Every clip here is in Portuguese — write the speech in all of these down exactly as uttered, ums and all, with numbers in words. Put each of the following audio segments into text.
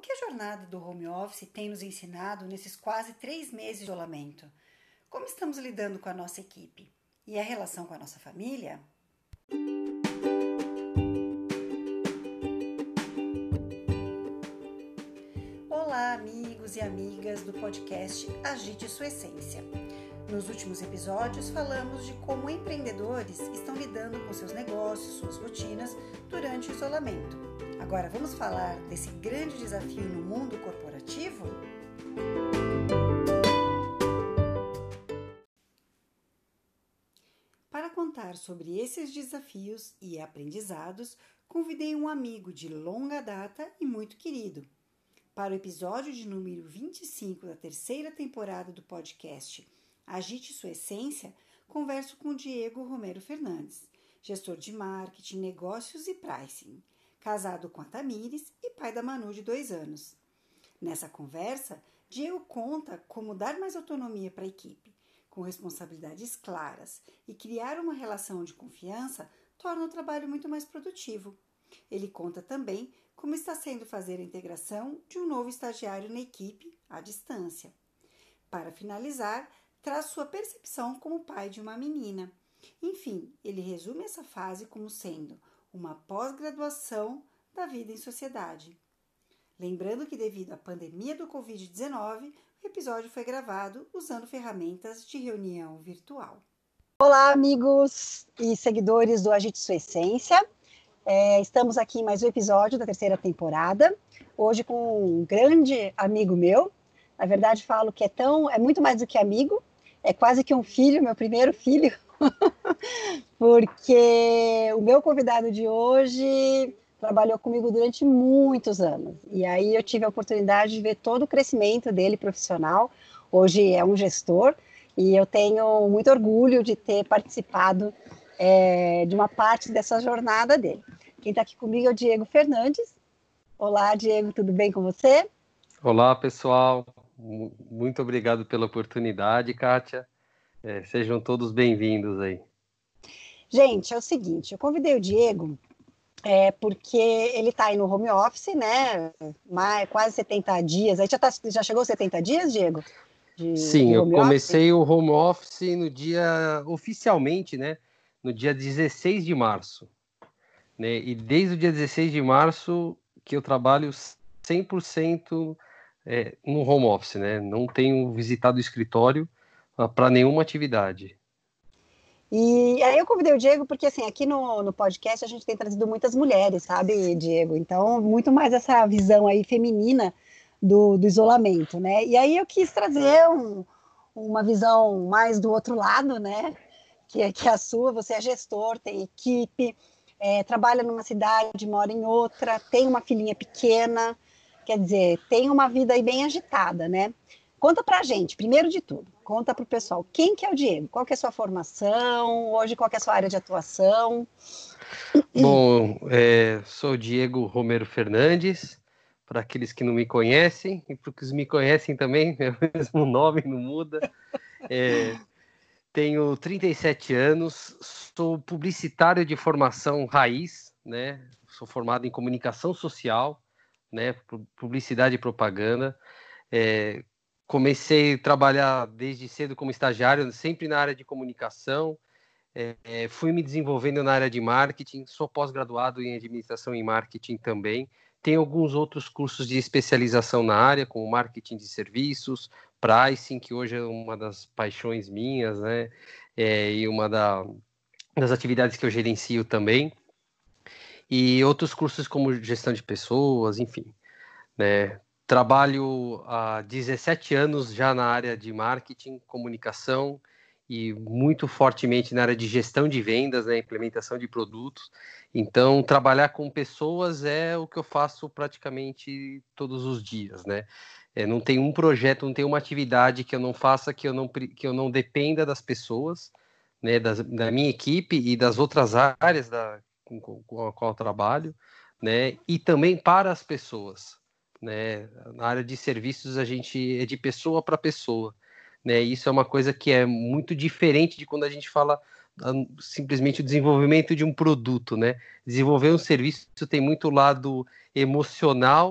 que a jornada do home office tem nos ensinado nesses quase três meses de isolamento? Como estamos lidando com a nossa equipe? E a relação com a nossa família? Olá, amigos e amigas do podcast Agite Sua Essência. Nos últimos episódios, falamos de como empreendedores estão lidando com seus negócios, suas rotinas durante o isolamento. Agora vamos falar desse grande desafio no mundo corporativo? Para contar sobre esses desafios e aprendizados, convidei um amigo de longa data e muito querido. Para o episódio de número vinte e cinco da terceira temporada do podcast Agite Sua Essência, converso com o Diego Romero Fernandes, gestor de marketing, negócios e pricing, casado com a Tamires e pai da Manu de dois anos. Nessa conversa, Diego conta como dar mais autonomia para a equipe, com responsabilidades claras, e criar uma relação de confiança torna o trabalho muito mais produtivo. Ele conta também como está sendo fazer a integração de um novo estagiário na equipe à distância. Para finalizar, traz sua percepção como pai de uma menina. Enfim, ele resume essa fase como sendo uma pós-graduação da vida em sociedade. Lembrando que devido à pandemia do covid dezenove, o episódio foi gravado usando ferramentas de reunião virtual. Olá, amigos e seguidores do Agite Sua Essência. É, estamos aqui em mais um episódio da terceira temporada, hoje com um grande amigo meu. Na verdade, falo que é, tão, é muito mais do que amigo, é quase que um filho, meu primeiro filho, porque o meu convidado de hoje trabalhou comigo durante muitos anos, e aí eu tive a oportunidade de ver todo o crescimento dele profissional. Hoje é um gestor, e eu tenho muito orgulho de ter participado é, de uma parte dessa jornada dele. Quem está aqui comigo é o Diego Fernandes. Olá, Diego, tudo bem com você? Olá, pessoal. Muito obrigado pela oportunidade, Kátia. É, sejam todos bem-vindos aí. Gente, é o seguinte, eu convidei o Diego é, porque ele está aí no home office, né? Mais, quase setenta dias. Aí já, tá, já chegou aos setenta dias, Diego? De, Sim, de eu home comecei office? o home office no dia, oficialmente, né? No dia dezesseis de março. Né? E desde o dia dezesseis de março que eu trabalho cem por cento é, no home office, né? Não tenho visitado o escritório para nenhuma atividade. E aí eu convidei o Diego porque, assim, aqui no, no podcast a gente tem trazido muitas mulheres, sabe, Diego? Então, muito mais essa visão aí feminina do, do isolamento, né? E aí eu quis trazer um, uma visão mais do outro lado, né? Que é, que é a sua. Você é gestor, tem equipe, é, trabalha numa cidade, mora em outra, tem uma filhinha pequena, quer dizer, tem uma vida aí bem agitada, né? Conta pra gente, primeiro de tudo, conta pro pessoal, quem que é o Diego? Qual que é a sua formação? Hoje, qual que é a sua área de atuação? Bom, é, sou Diego Romero Fernandes, para aqueles que não me conhecem, e para os que me conhecem também, é o mesmo nome, não muda. É, tenho trinta e sete anos, sou publicitário de formação raiz, né? Sou formado em comunicação social, né? Publicidade e propaganda. É, comecei a trabalhar desde cedo como estagiário, sempre na área de comunicação. É, fui me desenvolvendo na área de marketing, sou pós-graduado em administração e marketing também. Tenho alguns outros cursos de especialização na área, como marketing de serviços, pricing, que hoje é uma das paixões minhas, né? É, e uma da, das atividades que eu gerencio também. E outros cursos como gestão de pessoas, enfim, né? Trabalho há dezessete anos já na área de marketing, comunicação e muito fortemente na área de gestão de vendas, né, implementação de produtos. Então, trabalhar com pessoas é o que eu faço praticamente todos os dias, né? É, não tem um projeto, não tem uma atividade que eu não faça que eu não, que eu não dependa das pessoas, né, das, da minha equipe e das outras áreas da, com, com a qual eu trabalho, né, e também para as pessoas. Né? Na área de serviços a gente é de pessoa para pessoa, né? Isso é uma coisa que é muito diferente de quando a gente fala um, simplesmente o desenvolvimento de um produto, né? Desenvolver um serviço tem muito lado emocional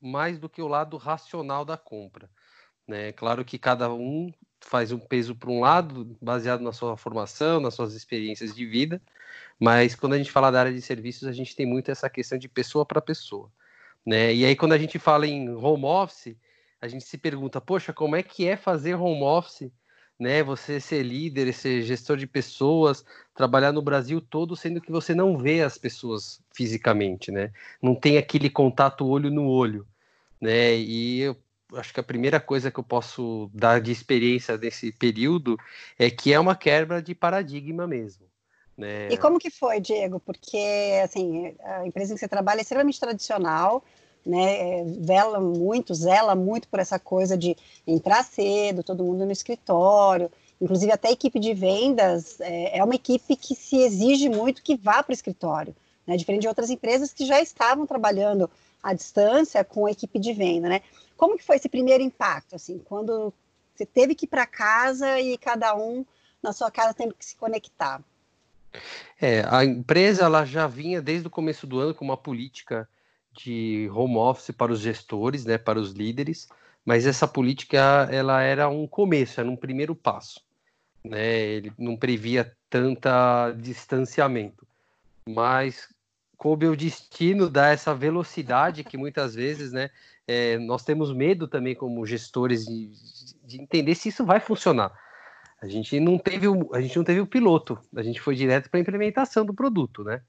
mais do que o lado racional da compra, né? Claro que cada um faz um peso para um lado, baseado na sua formação, nas suas experiências de vida, mas quando a gente fala da área de serviços, a gente tem muito essa questão de pessoa para pessoa, né? E aí quando a gente fala em home office, a gente se pergunta, poxa, como é que é fazer home office, né? Você ser líder, ser gestor de pessoas, trabalhar no Brasil todo, sendo que você não vê as pessoas fisicamente, né? Não tem aquele contato olho no olho, né? E eu acho que a primeira coisa que eu posso dar de experiência nesse período é que é uma quebra de paradigma mesmo, E né? como que foi, Diego? Porque, assim, a empresa em que você trabalha é extremamente tradicional, né? Vela muito, zela muito por essa coisa de entrar cedo, todo mundo no escritório. Inclusive, até a equipe de vendas é, é uma equipe que se exige muito que vá para o escritório, né? Diferente de outras empresas que já estavam trabalhando à distância com a equipe de venda, né? Como que foi esse primeiro impacto, assim, quando você teve que ir para casa e cada um na sua casa tendo que se conectar? É, a empresa ela já vinha desde o começo do ano com uma política de home office para os gestores, né, para os líderes, mas essa política ela era um começo, era um primeiro passo, né? Ele não previa tanta distanciamento, mas coube o destino dar essa velocidade que muitas vezes, né, é, nós temos medo também como gestores de, de entender se isso vai funcionar. A gente não teve o, a gente não teve o piloto, a gente foi direto para a implementação do produto, né?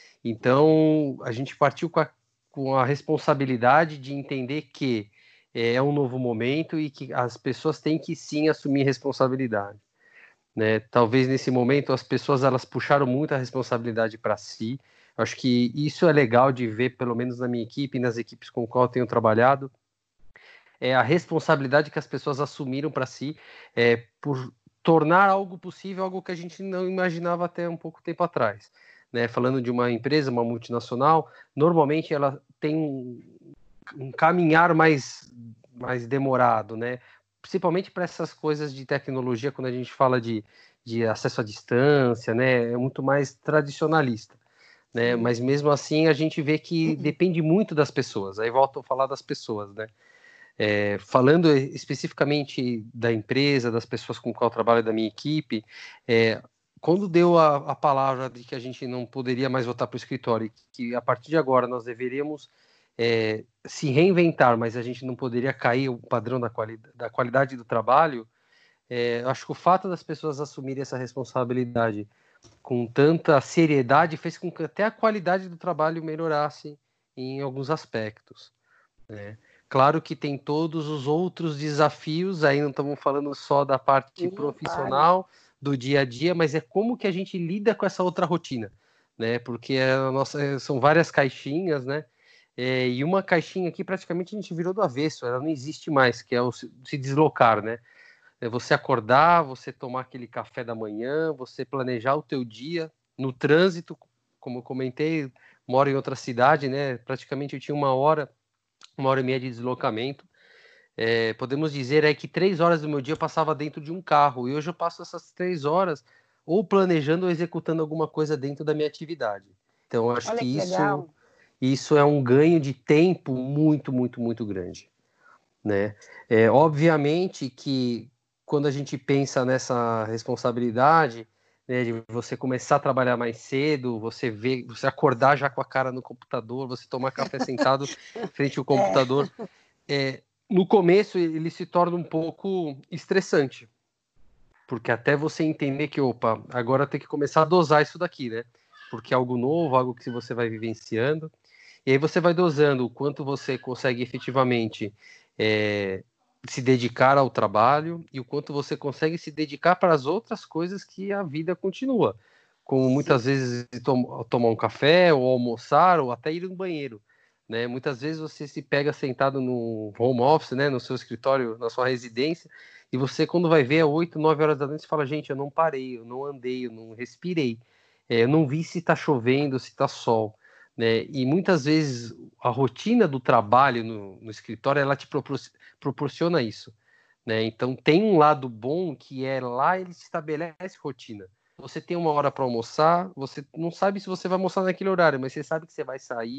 Então a gente partiu com a, com a responsabilidade de entender que é, é um novo momento e que as pessoas têm que sim assumir responsabilidade, né? Talvez nesse momento as pessoas elas puxaram muito a responsabilidade para si. Eu acho que isso é legal de ver, pelo menos na minha equipe e nas equipes com qual eu tenho trabalhado, é a responsabilidade que as pessoas assumiram para si, é, por tornar algo possível, algo que a gente não imaginava até um pouco tempo atrás, né? Falando de uma empresa, uma multinacional, normalmente ela tem um, um caminhar mais, mais demorado, né? Principalmente para essas coisas de tecnologia, quando a gente fala de, de acesso à distância, né? É muito mais tradicionalista, né? Sim. Mas mesmo assim a gente vê que depende muito das pessoas. Aí volto a falar das pessoas, né? É, falando especificamente da empresa, das pessoas com qual eu trabalho, da minha equipe, é, quando deu a, a palavra de que a gente não poderia mais voltar para o escritório e que a partir de agora nós deveríamos é, se reinventar, mas a gente não poderia cair o padrão da, quali da qualidade do trabalho, é, acho que o fato das pessoas assumirem essa responsabilidade com tanta seriedade fez com que até a qualidade do trabalho melhorasse em alguns aspectos, né? Claro que tem todos os outros desafios, aí não estamos falando só da parte Sim, claro. profissional, do dia a dia, mas é como que a gente lida com essa outra rotina, né? Porque a nossa, são várias caixinhas, né? É, e uma caixinha aqui praticamente a gente virou do avesso, ela não existe mais, que é o se se deslocar, né? É você acordar, você tomar aquele café da manhã, você planejar o teu dia no trânsito, como eu comentei, moro em outra cidade, né? Praticamente eu tinha uma hora uma hora e meia de deslocamento. É, podemos dizer é que três horas do meu dia eu passava dentro de um carro, e hoje eu passo essas três horas ou planejando ou executando alguma coisa dentro da minha atividade. Então, eu acho Olha que que isso, legal. isso é um ganho de tempo muito, muito, muito grande, né? É, obviamente que quando a gente pensa nessa responsabilidade, né, de você começar a trabalhar mais cedo, você ver, você acordar já com a cara no computador, você tomar café sentado frente ao É, computador, é, no começo ele se torna um pouco estressante, porque até você entender que, opa, agora tem que começar a dosar isso daqui, né? Porque é algo novo, algo que você vai vivenciando, e aí você vai dosando o quanto você consegue efetivamente é, se dedicar ao trabalho e o quanto você consegue se dedicar para as outras coisas que a vida continua, como sim. muitas vezes tom tomar um café, ou almoçar, ou até ir no banheiro, né? Muitas vezes você se pega sentado no home office, né, no seu escritório, na sua residência, e você, quando vai ver, é oito, nove horas da noite, você fala, gente, eu não parei, eu não andei, eu não respirei, é, eu não vi se está chovendo, se está sol, né? E muitas vezes a rotina do trabalho no, no escritório, ela te propor proporciona isso, né? Então tem um lado bom que é lá ele estabelece rotina. Você tem uma hora para almoçar, você não sabe se você vai almoçar naquele horário, mas você sabe que você vai sair,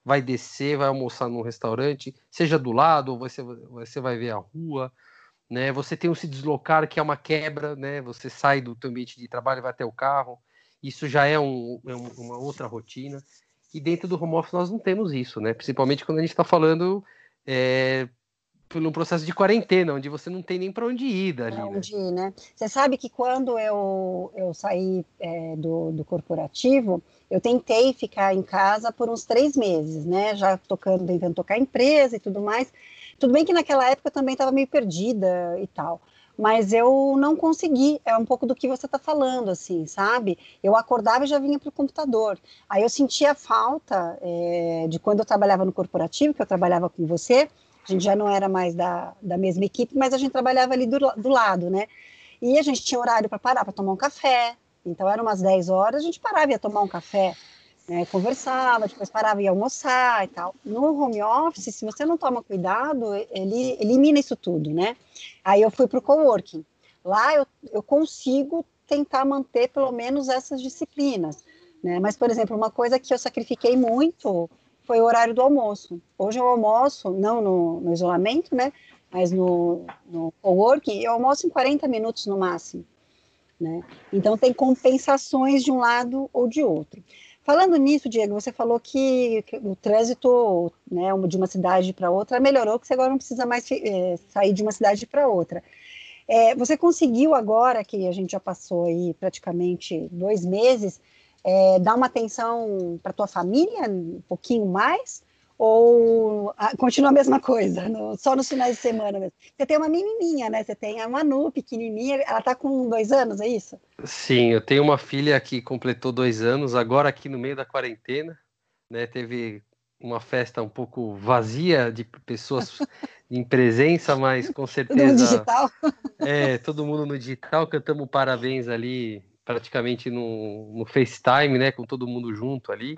vai descer, vai almoçar num restaurante, seja do lado, ou você, você vai ver a rua, né? Você tem um se deslocar, que é uma quebra, né? Você sai do teu ambiente de trabalho e vai até o carro, isso já é, um, é uma outra rotina. E dentro do home office nós não temos isso, né? Principalmente quando a gente está falando é, por um processo de quarentena, onde você não tem nem para onde ir dali, Para né? onde ir, né? Você sabe que quando eu, eu saí é, do, do corporativo, eu tentei ficar em casa por uns três meses, né? Já tocando, tentando tocar empresa e tudo mais. Tudo bem que naquela época eu também estava meio perdida e tal, mas eu não consegui. É um pouco do que você está falando, assim, sabe? Eu acordava e já vinha para o computador. Aí eu sentia falta é, de quando eu trabalhava no corporativo, que eu trabalhava com você. A gente já não era mais da, da mesma equipe, mas a gente trabalhava ali do, do lado, né? E a gente tinha horário para parar para tomar um café. Então, eram umas dez horas, a gente parava e ia tomar um café, né? Conversava, depois parava e ia almoçar e tal. No home office, se você não toma cuidado, ele elimina isso tudo, né? Aí eu fui para o coworking. Lá eu, eu consigo tentar manter pelo menos essas disciplinas, né? Mas, por exemplo, uma coisa que eu sacrifiquei muito foi o horário do almoço. Hoje eu almoço, não no, no isolamento, né? Mas no, no coworking, eu almoço em quarenta minutos no máximo, né? Então tem compensações de um lado ou de outro. Falando nisso, Diego, você falou que, que o trânsito, né, de uma cidade para outra melhorou, que você agora não precisa mais é, sair de uma cidade para outra. É, você conseguiu agora, que a gente já passou aí praticamente dois meses, é, dar uma atenção para tua família um pouquinho mais? Ou ah, continua a mesma coisa, no, só nos finais de semana mesmo? Você tem uma menininha, né? Você tem a Manu, pequenininha, ela está com dois anos, é isso? Sim, eu tenho uma filha que completou dois anos, agora aqui no meio da quarentena, né? Teve uma festa um pouco vazia de pessoas em presença, mas com Tudo no certeza digital? é todo mundo no digital, cantamos parabéns ali, praticamente no, no FaceTime, né? Com todo mundo junto ali.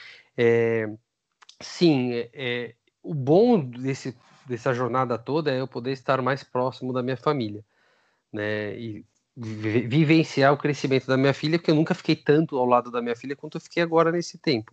É, sim, é, é, o bom desse, dessa jornada toda é eu poder estar mais próximo da minha família, né? E vi- vivenciar o crescimento da minha filha, porque eu nunca fiquei tanto ao lado da minha filha quanto eu fiquei agora nesse tempo,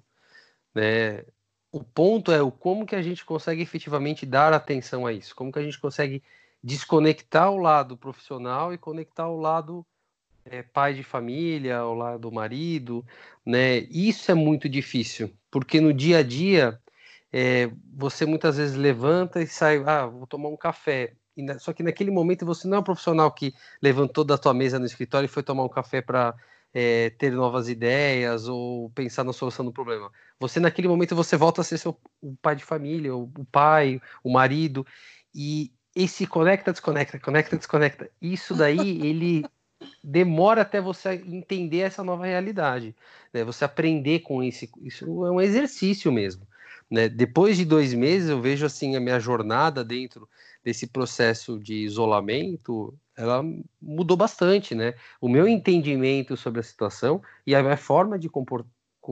né? O ponto é o como que a gente consegue efetivamente dar atenção a isso, como que a gente consegue desconectar o lado profissional e conectar o lado é, pai de família, o lado marido, né? Isso é muito difícil, porque no dia a dia é, você muitas vezes levanta e sai, ah, vou tomar um café. E na, só que naquele momento você não é um profissional que levantou da tua mesa no escritório e foi tomar um café para é, ter novas ideias ou pensar na solução do problema. Você naquele momento você volta a ser seu, o pai de família, o, o pai, o marido, e esse conecta, desconecta, conecta, desconecta. Isso daí ele demora até você entender essa nova realidade, né? Você aprender com isso, isso é um exercício mesmo, né? Depois de dois meses eu vejo assim a minha jornada dentro desse processo de isolamento, ela mudou bastante, né? O meu entendimento sobre a situação e a minha forma de, compor,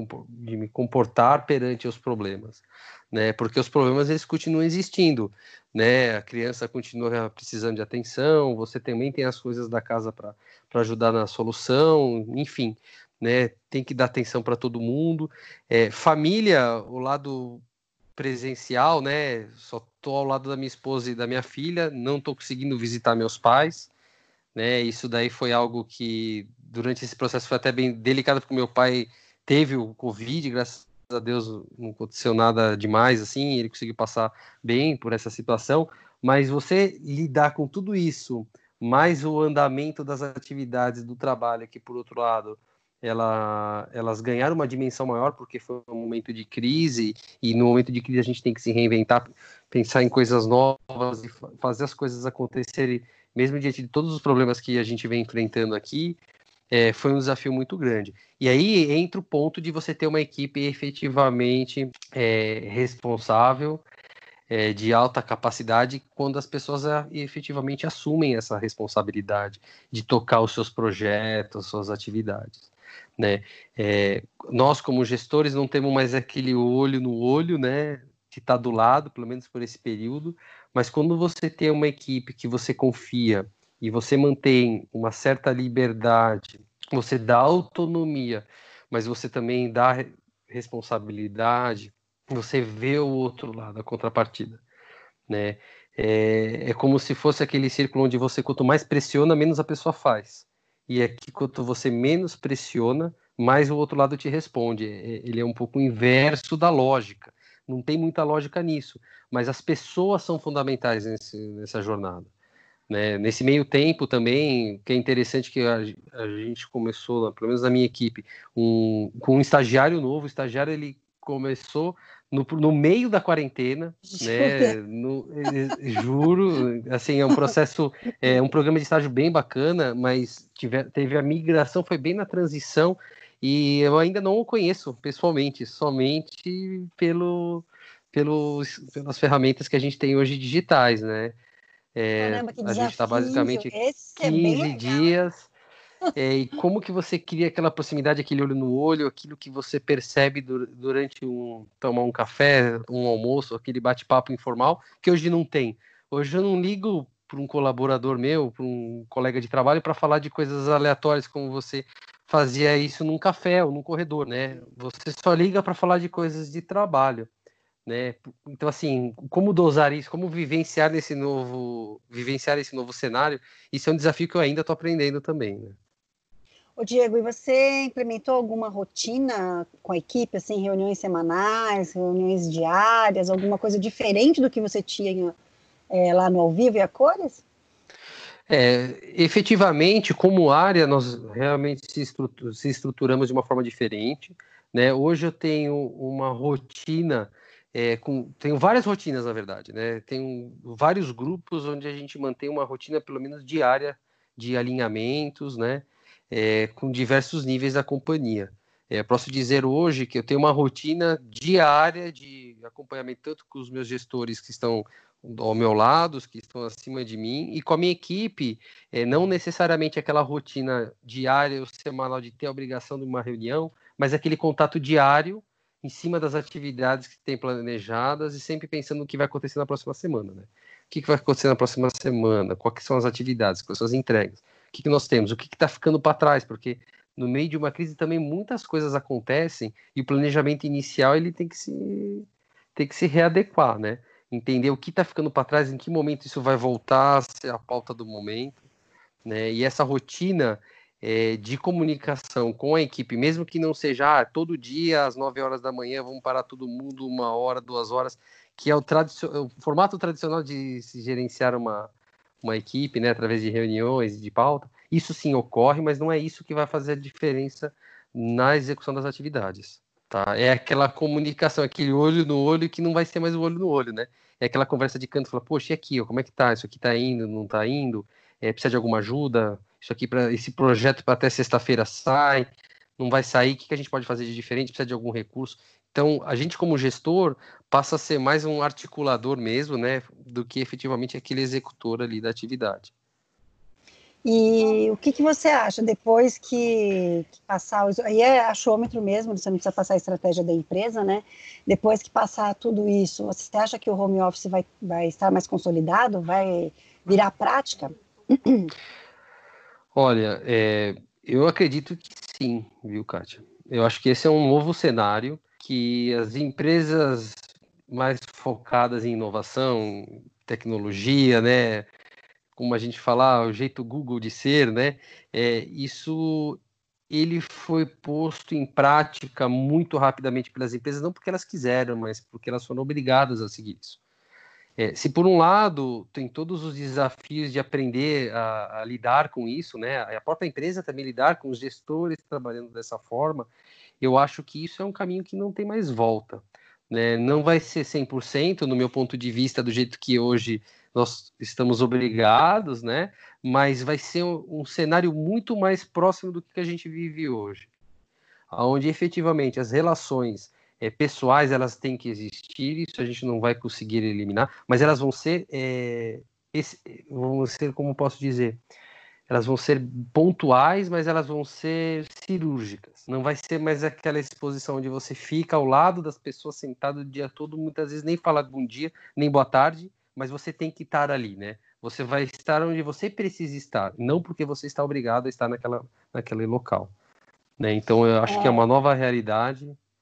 de me comportar perante os problemas, né? Porque os problemas eles continuam existindo, né? A criança continua precisando de atenção, você também tem as coisas da casa para para ajudar na solução, enfim, né? Tem que dar atenção para todo mundo. É, família, o lado presencial, né? Só tô ao lado da minha esposa e da minha filha, não tô conseguindo visitar meus pais, né? Isso daí foi algo que durante esse processo foi até bem delicado, porque meu pai teve o Covid, graças a Deus não aconteceu nada demais assim, ele conseguiu passar bem por essa situação, mas você lidar com tudo isso, mais o andamento das atividades do trabalho, que por outro lado ela, elas ganharam uma dimensão maior porque foi um momento de crise, e no momento de crise a gente tem que se reinventar, pensar em coisas novas e fazer as coisas acontecerem mesmo diante de todos os problemas que a gente vem enfrentando aqui. É, foi um desafio muito grande. E aí entra o ponto de você ter uma equipe efetivamente é, responsável, é, de alta capacidade, quando as pessoas é, efetivamente assumem essa responsabilidade de tocar os seus projetos, suas atividades, né? É, nós, como gestores, não temos mais aquele olho no olho, né? Que está do lado, pelo menos por esse período, mas quando você tem uma equipe que você confia e você mantém uma certa liberdade, você dá autonomia, mas você também dá responsabilidade, você vê o outro lado, a contrapartida, né? É, é como se fosse aquele círculo onde você, quanto mais pressiona, menos a pessoa faz. E aqui, quanto você menos pressiona, mais o outro lado te responde. Ele é um pouco o inverso da lógica. Não tem muita lógica nisso, mas as pessoas são fundamentais nesse, nessa jornada, né? Nesse meio tempo também, que é interessante que a, a gente começou, pelo menos na minha equipe, um, com um estagiário novo. O estagiário ele começou no, no meio da quarentena, né? No, juro, assim, é um processo, é um programa de estágio bem bacana, mas tive, teve a migração, foi bem na transição, e eu ainda não o conheço pessoalmente, somente pelo, pelos, pelas ferramentas que a gente tem hoje digitais, né? É, Caramba, que a gente está desafio! basicamente Esse é bem quinze legal, hein? dias. É, e como que você cria aquela proximidade, aquele olho no olho, aquilo que você percebe du- durante um tomar um café, um almoço, aquele bate-papo informal, que hoje não tem. Hoje eu não ligo para um colaborador meu, para um colega de trabalho, para falar de coisas aleatórias, como você fazia isso num café ou num corredor, né? Você só liga para falar de coisas de trabalho, né? Então, assim, como dosar isso, como vivenciar nesse novo, vivenciar esse novo cenário, isso é um desafio que eu ainda estou aprendendo também, né? Ô, Diego, e você implementou alguma rotina com a equipe, assim, reuniões semanais, reuniões diárias, alguma coisa diferente do que você tinha é, lá no Ao Vivo e a Cores? É, efetivamente, como área, nós realmente se, estrutu se estruturamos de uma forma diferente, né? Hoje eu tenho uma rotina, é, com, tenho várias rotinas, na verdade, né? Tenho vários grupos onde a gente mantém uma rotina, pelo menos diária, de alinhamentos, né? É, com diversos níveis da companhia. É, posso dizer hoje que eu tenho uma rotina diária de acompanhamento, tanto com os meus gestores que estão ao meu lado, os que estão acima de mim, e com a minha equipe, é, não necessariamente aquela rotina diária ou semanal de ter a obrigação de uma reunião, mas aquele contato diário em cima das atividades que tem planejadas e sempre pensando no que vai acontecer na próxima semana, né? O que, que vai acontecer na próxima semana? Quais são as atividades? Quais são as entregas? O que, que nós temos? O que está ficando para trás? Porque no meio de uma crise também muitas coisas acontecem e o planejamento inicial ele tem que se, tem que se readequar, né? Entender o que está ficando para trás, em que momento isso vai voltar a ser a pauta do momento, né? E essa rotina é, de comunicação com a equipe, mesmo que não seja ah, todo dia às nove horas da manhã, vamos parar todo mundo uma hora, duas horas, que é o, o formato tradicional de se gerenciar uma, uma equipe, né, através de reuniões, de pauta. Isso sim ocorre, mas não é isso que vai fazer a diferença na execução das atividades. Tá? É aquela comunicação, aquele olho no olho que não vai ser mais o olho no olho, né? É aquela conversa de canto, fala, poxa, e aqui, ó, como é que tá? Isso aqui tá indo, não tá indo? É, precisa de alguma ajuda? Isso aqui, para esse projeto para até sexta-feira sai, não vai sair, o que, que a gente pode fazer de diferente? Precisa de algum recurso? Então, a gente como gestor passa a ser mais um articulador mesmo, né, do que efetivamente aquele executor ali da atividade. E o que, que você acha depois que, que passar, os, aí é achômetro mesmo, você não precisa passar a estratégia da empresa, né? Depois que passar tudo isso, você acha que o home office vai, vai estar mais consolidado, vai virar prática? Olha, é, eu acredito que sim, viu, Kátia? Eu acho que esse é um novo cenário que as empresas mais focadas em inovação, tecnologia, né, como a gente fala, o jeito Google de ser, né? É, isso ele foi posto em prática muito rapidamente pelas empresas, não porque elas quiseram, mas porque elas foram obrigadas a seguir isso. É, se por um lado tem todos os desafios de aprender a, a lidar com isso, né? A própria empresa também lidar com os gestores trabalhando dessa forma, eu acho que isso é um caminho que não tem mais volta, né? Não vai ser cem por cento, no meu ponto de vista, do jeito que hoje nós estamos obrigados, né? Mas vai ser um, um cenário muito mais próximo do que a gente vive hoje, onde efetivamente as relações é, pessoais elas têm que existir, isso a gente não vai conseguir eliminar, mas elas vão ser, é, esse, vão ser, como posso dizer, elas vão ser pontuais, mas elas vão ser cirúrgicas. Não vai ser mais aquela exposição onde você fica ao lado das pessoas sentado o dia todo, muitas vezes nem falar bom dia, nem boa tarde, mas você tem que estar ali, né? Você vai estar onde você precisa estar, não porque você está obrigado a estar naquela, naquele local, né? Então eu acho que é uma nova realidade.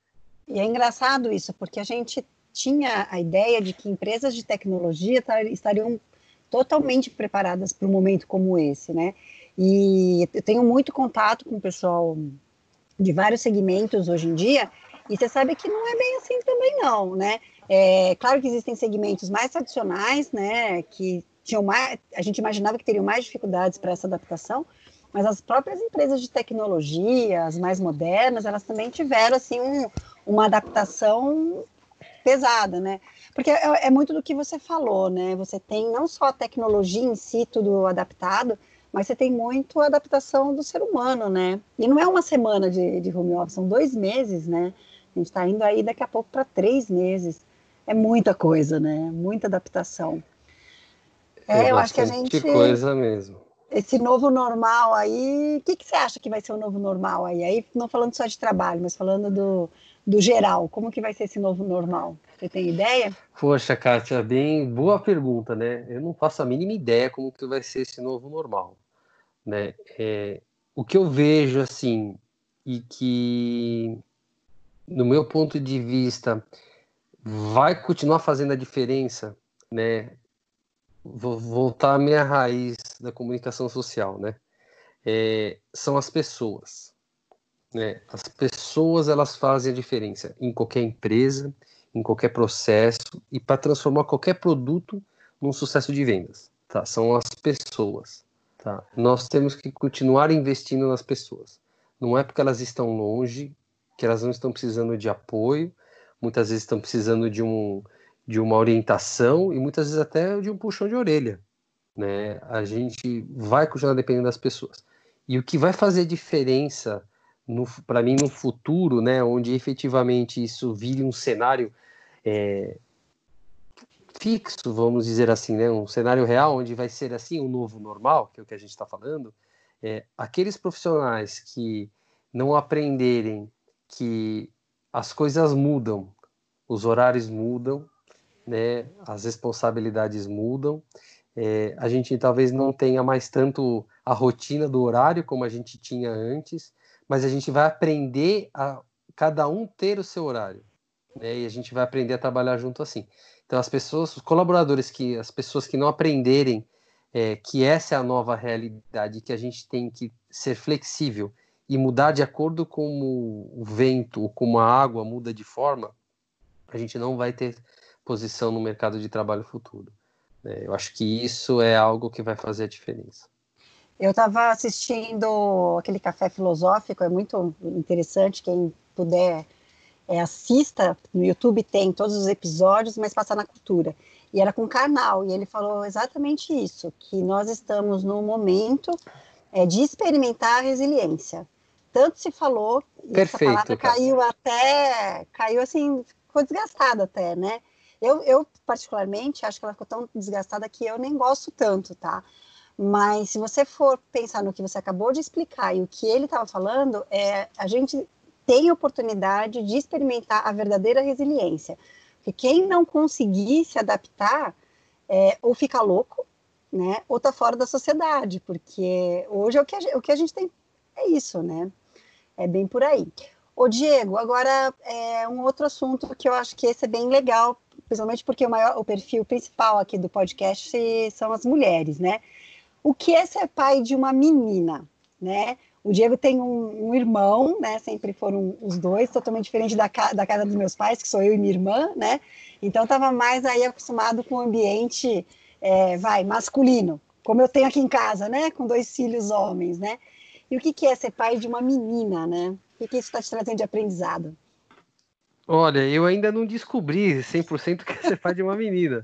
E é engraçado isso, porque a gente tinha a ideia de que empresas de tecnologia estariam totalmente preparadas para um momento como esse, né? E eu tenho muito contato com o pessoal de vários segmentos hoje em dia, e você sabe que não é bem assim também não, né? É claro que existem segmentos mais tradicionais, né, que tinham mais, a gente imaginava que teriam mais dificuldades para essa adaptação, mas as próprias empresas de tecnologia, as mais modernas, elas também tiveram, assim, um, uma adaptação pesada, né? Porque é, é muito do que você falou, né? Você tem não só a tecnologia em si, tudo adaptado, mas você tem muito a adaptação do ser humano, né? E não é uma semana de, de home office, são dois meses, né? A gente está indo aí daqui a pouco para três meses. É muita coisa, né? Muita adaptação. É É, eu acho que a bastante gente... coisa mesmo. Esse novo normal aí, o que, que você acha que vai ser o novo normal aí? Aí não falando só de trabalho, mas falando do, do geral, como que vai ser esse novo normal? Você tem ideia? Poxa, Kátia, bem boa pergunta, né? Eu não faço a mínima ideia como que vai ser esse novo normal, né? É, o que eu vejo, assim, e que, no meu ponto de vista, vai continuar fazendo a diferença, né? Vou voltar à minha raiz da comunicação social, né? É, são as pessoas, né? As pessoas, elas fazem a diferença em qualquer empresa, em qualquer processo e para transformar qualquer produto num sucesso de vendas, tá? São as pessoas, tá? Nós temos que continuar investindo nas pessoas. Não é porque elas estão longe que elas não estão precisando de apoio, muitas vezes estão precisando de um de uma orientação e muitas vezes até de um puxão de orelha, né? A gente vai continuar dependendo das pessoas. E o que vai fazer diferença para mim no futuro, né, onde efetivamente isso vire um cenário é, fixo, vamos dizer assim, né, um cenário real, onde vai ser assim um novo normal, que é o que a gente está falando, é, aqueles profissionais que não aprenderem que as coisas mudam, os horários mudam, né, as responsabilidades mudam, é, a gente talvez não tenha mais tanto a rotina do horário como a gente tinha antes, mas a gente vai aprender a cada um ter o seu horário, né, e a gente vai aprender a trabalhar junto assim. Então as pessoas, os colaboradores, que as pessoas que não aprenderem é, que essa é a nova realidade, que a gente tem que ser flexível e mudar de acordo com o vento ou como a água muda de forma, a gente não vai ter posição no mercado de trabalho futuro. Né? Eu acho que isso é algo que vai fazer a diferença. Eu estava assistindo aquele Café Filosófico, é muito interessante, quem puder é, assista, no YouTube tem todos os episódios, mas passa na cultura. E era com o Karnal, e ele falou exatamente isso, que nós estamos num momento é, de experimentar a resiliência. Tanto se falou, e Perfeito, essa palavra cara. caiu até, caiu assim, ficou desgastada até, né? Eu, eu, particularmente, acho que ela ficou tão desgastada que eu nem gosto tanto, tá? Mas se você for pensar no que você acabou de explicar e o que ele estava falando, é, a gente tem a oportunidade de experimentar a verdadeira resiliência. Porque quem não conseguir se adaptar, é, ou fica louco, né, ou está fora da sociedade, porque hoje é o que, a, o que a gente tem, é isso, né? É bem por aí. Ô, Diego, agora é um outro assunto que eu acho que esse é bem legal, principalmente porque o, maior, o perfil principal aqui do podcast são as mulheres, né? O que é ser pai de uma menina, né? O Diego tem um, um irmão, né? Sempre foram os dois, totalmente diferente da, da casa dos meus pais, que sou eu e minha irmã, né? Então, estava mais aí acostumado com o ambiente, é, vai, masculino, como eu tenho aqui em casa, né? Com dois filhos homens, né? E o que, que é ser pai de uma menina, né? O que, que isso está te trazendo de aprendizado? Olha, eu ainda não descobri cem por cento que é ser pai de uma menina,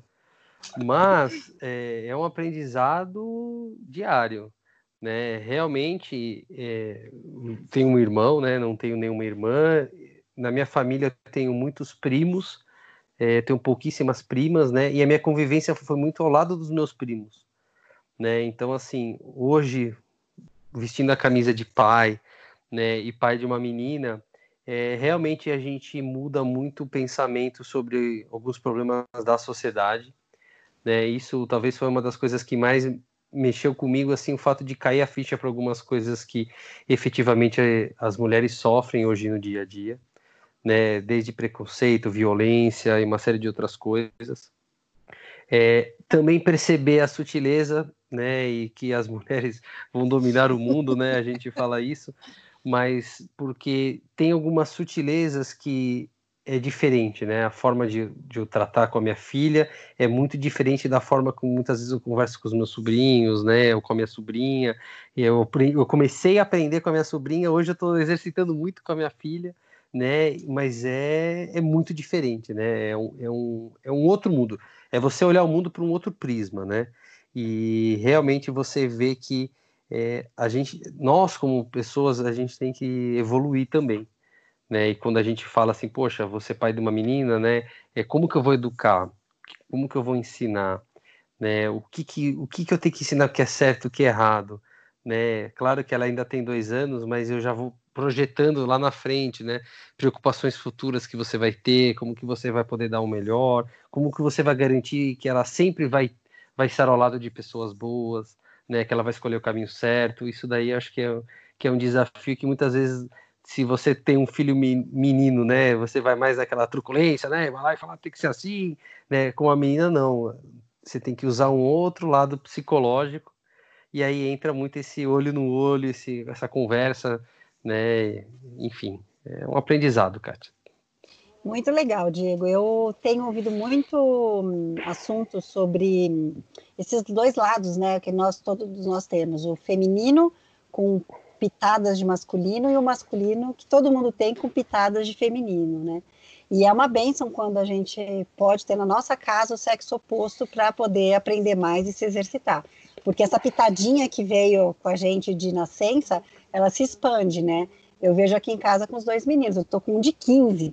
mas é, é um aprendizado diário, né? Realmente, é, tenho um irmão, né? Não tenho nenhuma irmã. Na minha família eu tenho muitos primos, é, tenho pouquíssimas primas, né? E a minha convivência foi muito ao lado dos meus primos, né? Então, assim, hoje, vestindo a camisa de pai, né, e pai de uma menina, é, realmente a gente muda muito o pensamento sobre alguns problemas da sociedade, né? Isso talvez foi uma das coisas que mais mexeu comigo, assim, o fato de cair a ficha para algumas coisas que efetivamente as mulheres sofrem hoje no dia a dia, né, desde preconceito, violência e uma série de outras coisas. É, também perceber a sutileza, né, e que as mulheres vão dominar o mundo, né, a gente fala isso, mas porque tem algumas sutilezas que é diferente, né, a forma de, de eu tratar com a minha filha é muito diferente da forma como muitas vezes eu converso com os meus sobrinhos, né, ou com a minha sobrinha, e eu, eu comecei a aprender com a minha sobrinha, hoje eu estou exercitando muito com a minha filha, né, mas é, é muito diferente, né, é um, é, um, é um outro mundo. É você olhar o mundo por um outro prisma, né? E realmente você vê que é, a gente, nós como pessoas, a gente tem que evoluir também, né? E quando a gente fala assim, poxa, você é pai de uma menina, né? É como que eu vou educar? Como que eu vou ensinar? Né? O que que, o que que eu tenho que ensinar que é certo, o que é errado, né? Claro que ela ainda tem dois anos, mas eu já vou projetando lá na frente, né? Preocupações futuras que você vai ter, como que você vai poder dar o melhor, como que você vai garantir que ela sempre vai, vai estar ao lado de pessoas boas, né? Que ela vai escolher o caminho certo. Isso daí eu acho que é, que é um desafio que muitas vezes, se você tem um filho menino, né? Você vai mais naquela truculência, né? Vai lá e fala, tem que ser assim, né? Com a menina, não. Você tem que usar um outro lado psicológico, e aí entra muito esse olho no olho, esse, essa conversa, né? Enfim, é um aprendizado, Kátia. Muito legal, Diego. Eu tenho ouvido muito hum, assuntos sobre hum, esses dois lados, né, que nós todos nós temos, o feminino com pitadas de masculino e o masculino que todo mundo tem com pitadas de feminino, né? E é uma bênção quando a gente pode ter na nossa casa o sexo oposto para poder aprender mais e se exercitar. Porque essa pitadinha que veio com a gente de nascença, ela se expande, né? Eu vejo aqui em casa com os dois meninos, eu tô com um de quinze.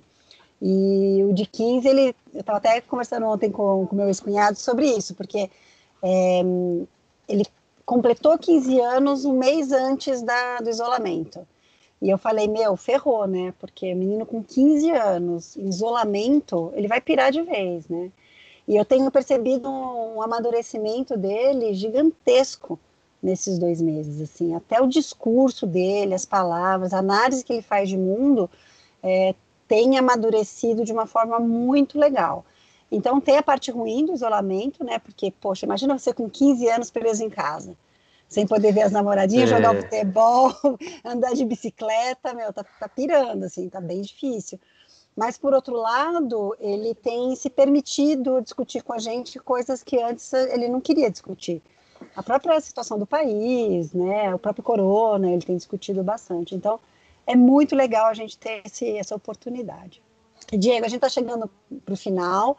E o de quinze, ele, eu estava até conversando ontem com o meu ex-cunhado sobre isso, porque é, ele completou quinze anos um mês antes da, do isolamento. E eu falei, meu, ferrou, né? Porque menino com quinze anos, em isolamento, ele vai pirar de vez, né? E eu tenho percebido um, um amadurecimento dele gigantesco nesses dois meses, assim. Até o discurso dele, as palavras, a análise que ele faz de mundo, é, tem amadurecido de uma forma muito legal. Então, tem a parte ruim do isolamento, né? Porque, poxa, imagina você com quinze anos preso em casa, sem poder ver as namoradinhas, é. jogar futebol, andar de bicicleta, meu, tá, tá pirando, assim, tá bem difícil. Mas, por outro lado, ele tem se permitido discutir com a gente coisas que antes ele não queria discutir. A própria situação do país, né? O próprio corona, ele tem discutido bastante. Então, é muito legal a gente ter esse, essa oportunidade. E, Diego, a gente está chegando para o final.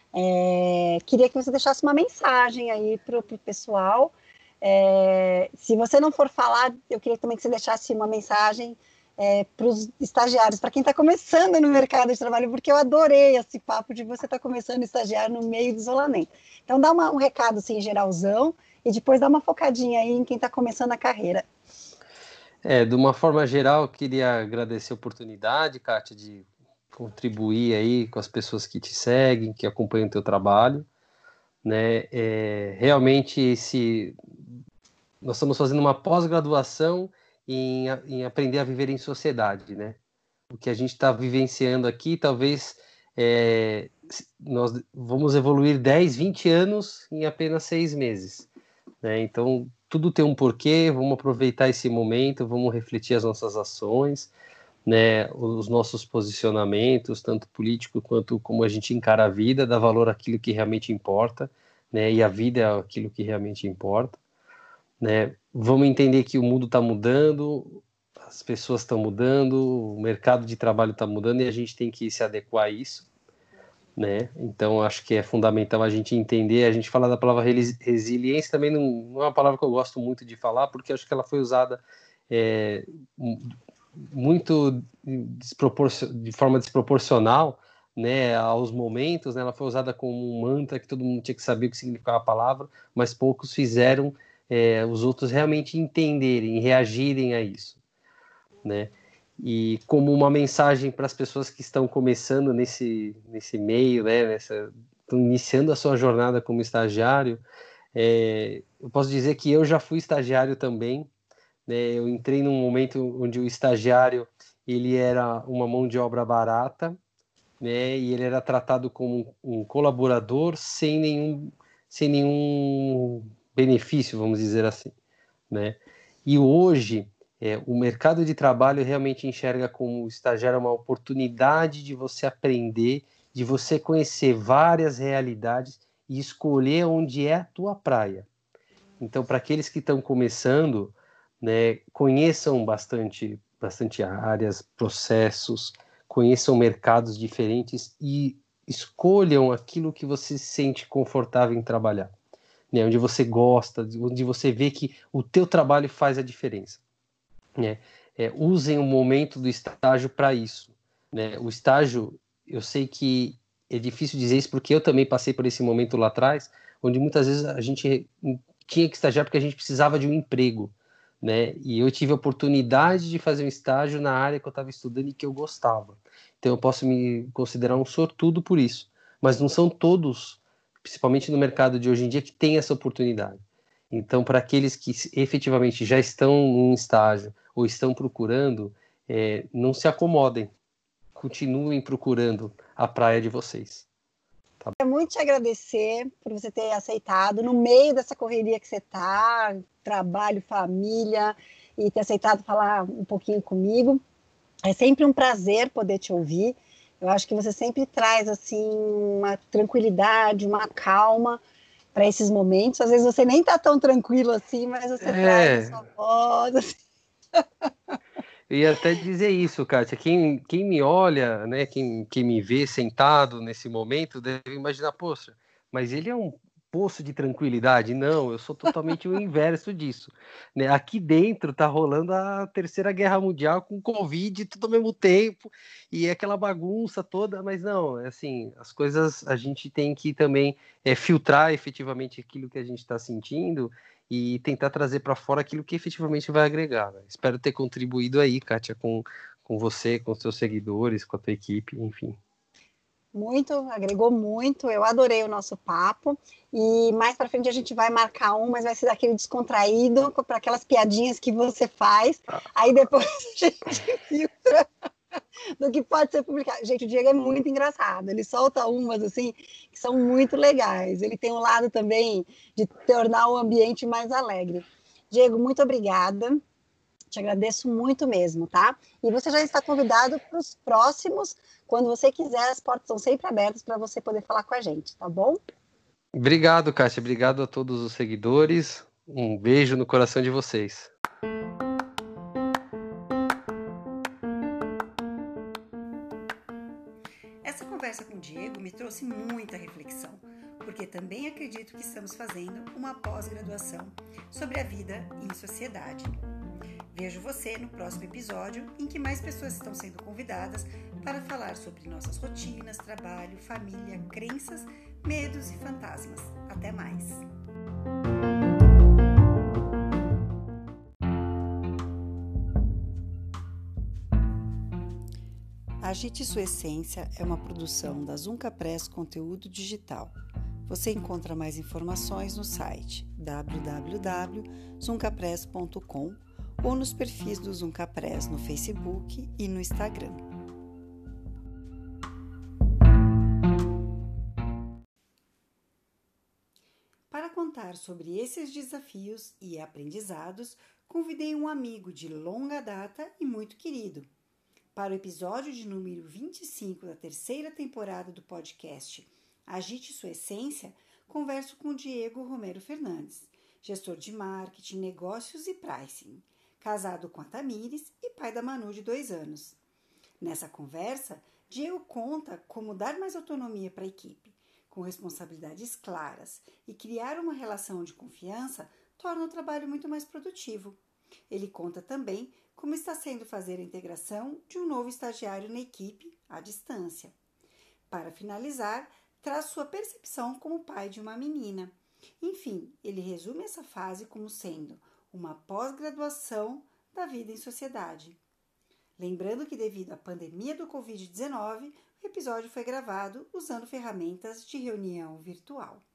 É, queria que você deixasse uma mensagem aí para o pessoal. É, se você não for falar, eu queria também que você deixasse uma mensagem é, para os estagiários, para quem está começando no mercado de trabalho, porque eu adorei esse papo de você estar tá começando estagiário no meio do isolamento. Então, dá uma, um recado assim, geralzão, e depois dá uma focadinha aí em quem está começando a carreira. É, de uma forma geral, eu queria agradecer a oportunidade, Kátia, de contribuir aí com as pessoas que te seguem, que acompanham o teu trabalho, né? É, realmente, esse, nós estamos fazendo uma pós-graduação em, em aprender a viver em sociedade, né? O que a gente está vivenciando aqui, talvez é, nós vamos evoluir dez, vinte anos em apenas seis meses, né? Então, tudo tem um porquê, vamos aproveitar esse momento, vamos refletir as nossas ações, né, os nossos posicionamentos, tanto político quanto como a gente encara a vida, dar valor àquilo que realmente importa, né, e a vida é aquilo que realmente importa, né? Vamos entender que o mundo está mudando, as pessoas estão mudando, o mercado de trabalho está mudando e a gente tem que se adequar a isso, né? Então acho que é fundamental a gente entender. A gente fala da palavra resiliência, também não, não é uma palavra que eu gosto muito de falar, porque acho que ela foi usada é, muito de forma desproporcional, né, aos momentos, né? Ela foi usada como um mantra que todo mundo tinha que saber o que significava a palavra, mas poucos fizeram é, os outros realmente entenderem, reagirem a isso, né? E como uma mensagem para as pessoas que estão começando nesse, nesse meio, né, nessa, estão iniciando a sua jornada como estagiário, é, eu posso dizer que eu já fui estagiário também, né? Eu entrei num momento onde o estagiário ele era uma mão de obra barata, né? E ele era tratado como um colaborador sem nenhum, sem nenhum benefício, vamos dizer assim, né? E hoje, é, o mercado de trabalho realmente enxerga como o estagiário uma oportunidade de você aprender, de você conhecer várias realidades e escolher onde é a tua praia. Então, para aqueles que estão começando, né, conheçam bastante, bastante áreas, processos, conheçam mercados diferentes e escolham aquilo que você se sente confortável em trabalhar, né, onde você gosta, onde você vê que o teu trabalho faz a diferença, né? É, usem o momento do estágio para isso, né? O estágio, eu sei que é difícil dizer isso porque eu também passei por esse momento lá atrás, onde muitas vezes a gente tinha que estagiar porque a gente precisava de um emprego, né? E eu tive a oportunidade de fazer um estágio na área que eu estava estudando e que eu gostava. Então eu posso me considerar um sortudo por isso. Mas não são todos, principalmente no mercado de hoje em dia, que têm essa oportunidade. Então, para aqueles que efetivamente já estão em estágio ou estão procurando, é, não se acomodem. Continuem procurando a praia de vocês. Tá? Eu quero muito te agradecer por você ter aceitado, no meio dessa correria que você está, trabalho, família, e ter aceitado falar um pouquinho comigo. É sempre um prazer poder te ouvir. Eu acho que você sempre traz assim uma tranquilidade, uma calma para esses momentos. Às vezes você nem está tão tranquilo assim, mas você é... traz a sua voz. Assim. Eu ia até dizer isso, Kátia. Quem, quem me olha, né, quem, quem me vê sentado nesse momento, deve imaginar, poxa, mas ele é um poço de tranquilidade. Não, eu sou totalmente o inverso disso. Né? Aqui dentro tá rolando a Terceira Guerra Mundial com Covid tudo ao mesmo tempo, e é aquela bagunça toda, mas não, é assim, as coisas a gente tem que também é, filtrar efetivamente aquilo que a gente está sentindo e tentar trazer para fora aquilo que efetivamente vai agregar. Né? Espero ter contribuído aí, Kátia, com, com você, com os seus seguidores, com a tua equipe, enfim. Muito, agregou muito, eu adorei o nosso papo, e mais para frente a gente vai marcar um, mas vai ser daquele descontraído, para aquelas piadinhas que você faz, aí depois a gente filtra do que pode ser publicado. Gente, o Diego é muito engraçado, ele solta umas assim, que são muito legais, ele tem um lado também de tornar o ambiente mais alegre. Diego, muito obrigada. Te agradeço muito mesmo, tá? E você já está convidado para os próximos. Quando você quiser, as portas estão sempre abertas para você poder falar com a gente, tá bom? Obrigado, Kátia. Obrigado a todos os seguidores. Um beijo no coração de vocês. Essa conversa com o Diego me trouxe muita reflexão, porque também acredito que estamos fazendo uma pós-graduação sobre a vida em sociedade. Vejo você no próximo episódio, em que mais pessoas estão sendo convidadas para falar sobre nossas rotinas, trabalho, família, crenças, medos e fantasmas. Até mais! Agite Sua Essência é uma produção da Zunca Press Conteúdo Digital. Você encontra mais informações no site w w w ponto zunca press ponto com ou nos perfis do Zunca Press no Facebook e no Instagram. Para contar sobre esses desafios e aprendizados, convidei um amigo de longa data e muito querido. Para o episódio de número vinte e cinco da terceira temporada do podcast Agite Sua Essência, converso com o Diego Romero Fernandes, gestor de marketing, negócios e pricing, casado com a Tamires e pai da Manu de dois anos. Nessa conversa, Diego conta como dar mais autonomia para a equipe, com responsabilidades claras, e criar uma relação de confiança torna o trabalho muito mais produtivo. Ele conta também como está sendo fazer a integração de um novo estagiário na equipe à distância. Para finalizar, traz sua percepção como pai de uma menina. Enfim, ele resume essa fase como sendo uma pós-graduação da vida em sociedade. Lembrando que devido à pandemia do covid dezenove, o episódio foi gravado usando ferramentas de reunião virtual.